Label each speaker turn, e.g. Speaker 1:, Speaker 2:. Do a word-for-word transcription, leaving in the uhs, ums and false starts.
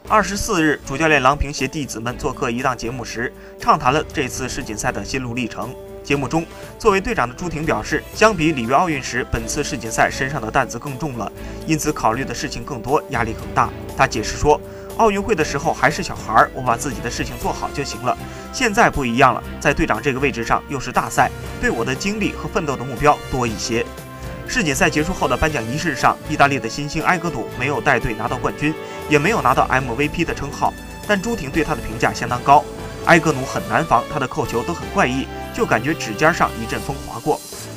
Speaker 1: 二十四日，主教练郎平携弟子们做客一档节目时，畅谈了这次世锦赛的心路历程。节目中，作为队长的朱婷表示，相比里约奥运时，本次世锦赛身上的担子更重了，因此考虑的事情更多，压力更大。他解释说，奥运会的时候还是小孩，我把自己的事情做好就行了。现在不一样了，在队长这个位置上，又是大赛，对我的精力和奋斗的目标多一些。世锦赛结束后的颁奖仪式上，意大利的新星埃格努没有带队拿到冠军，也没有拿到 M V P 的称号，但朱婷对他的评价相当高。埃格努很难防，他的扣球都很怪异，就感觉指尖上一阵风划过。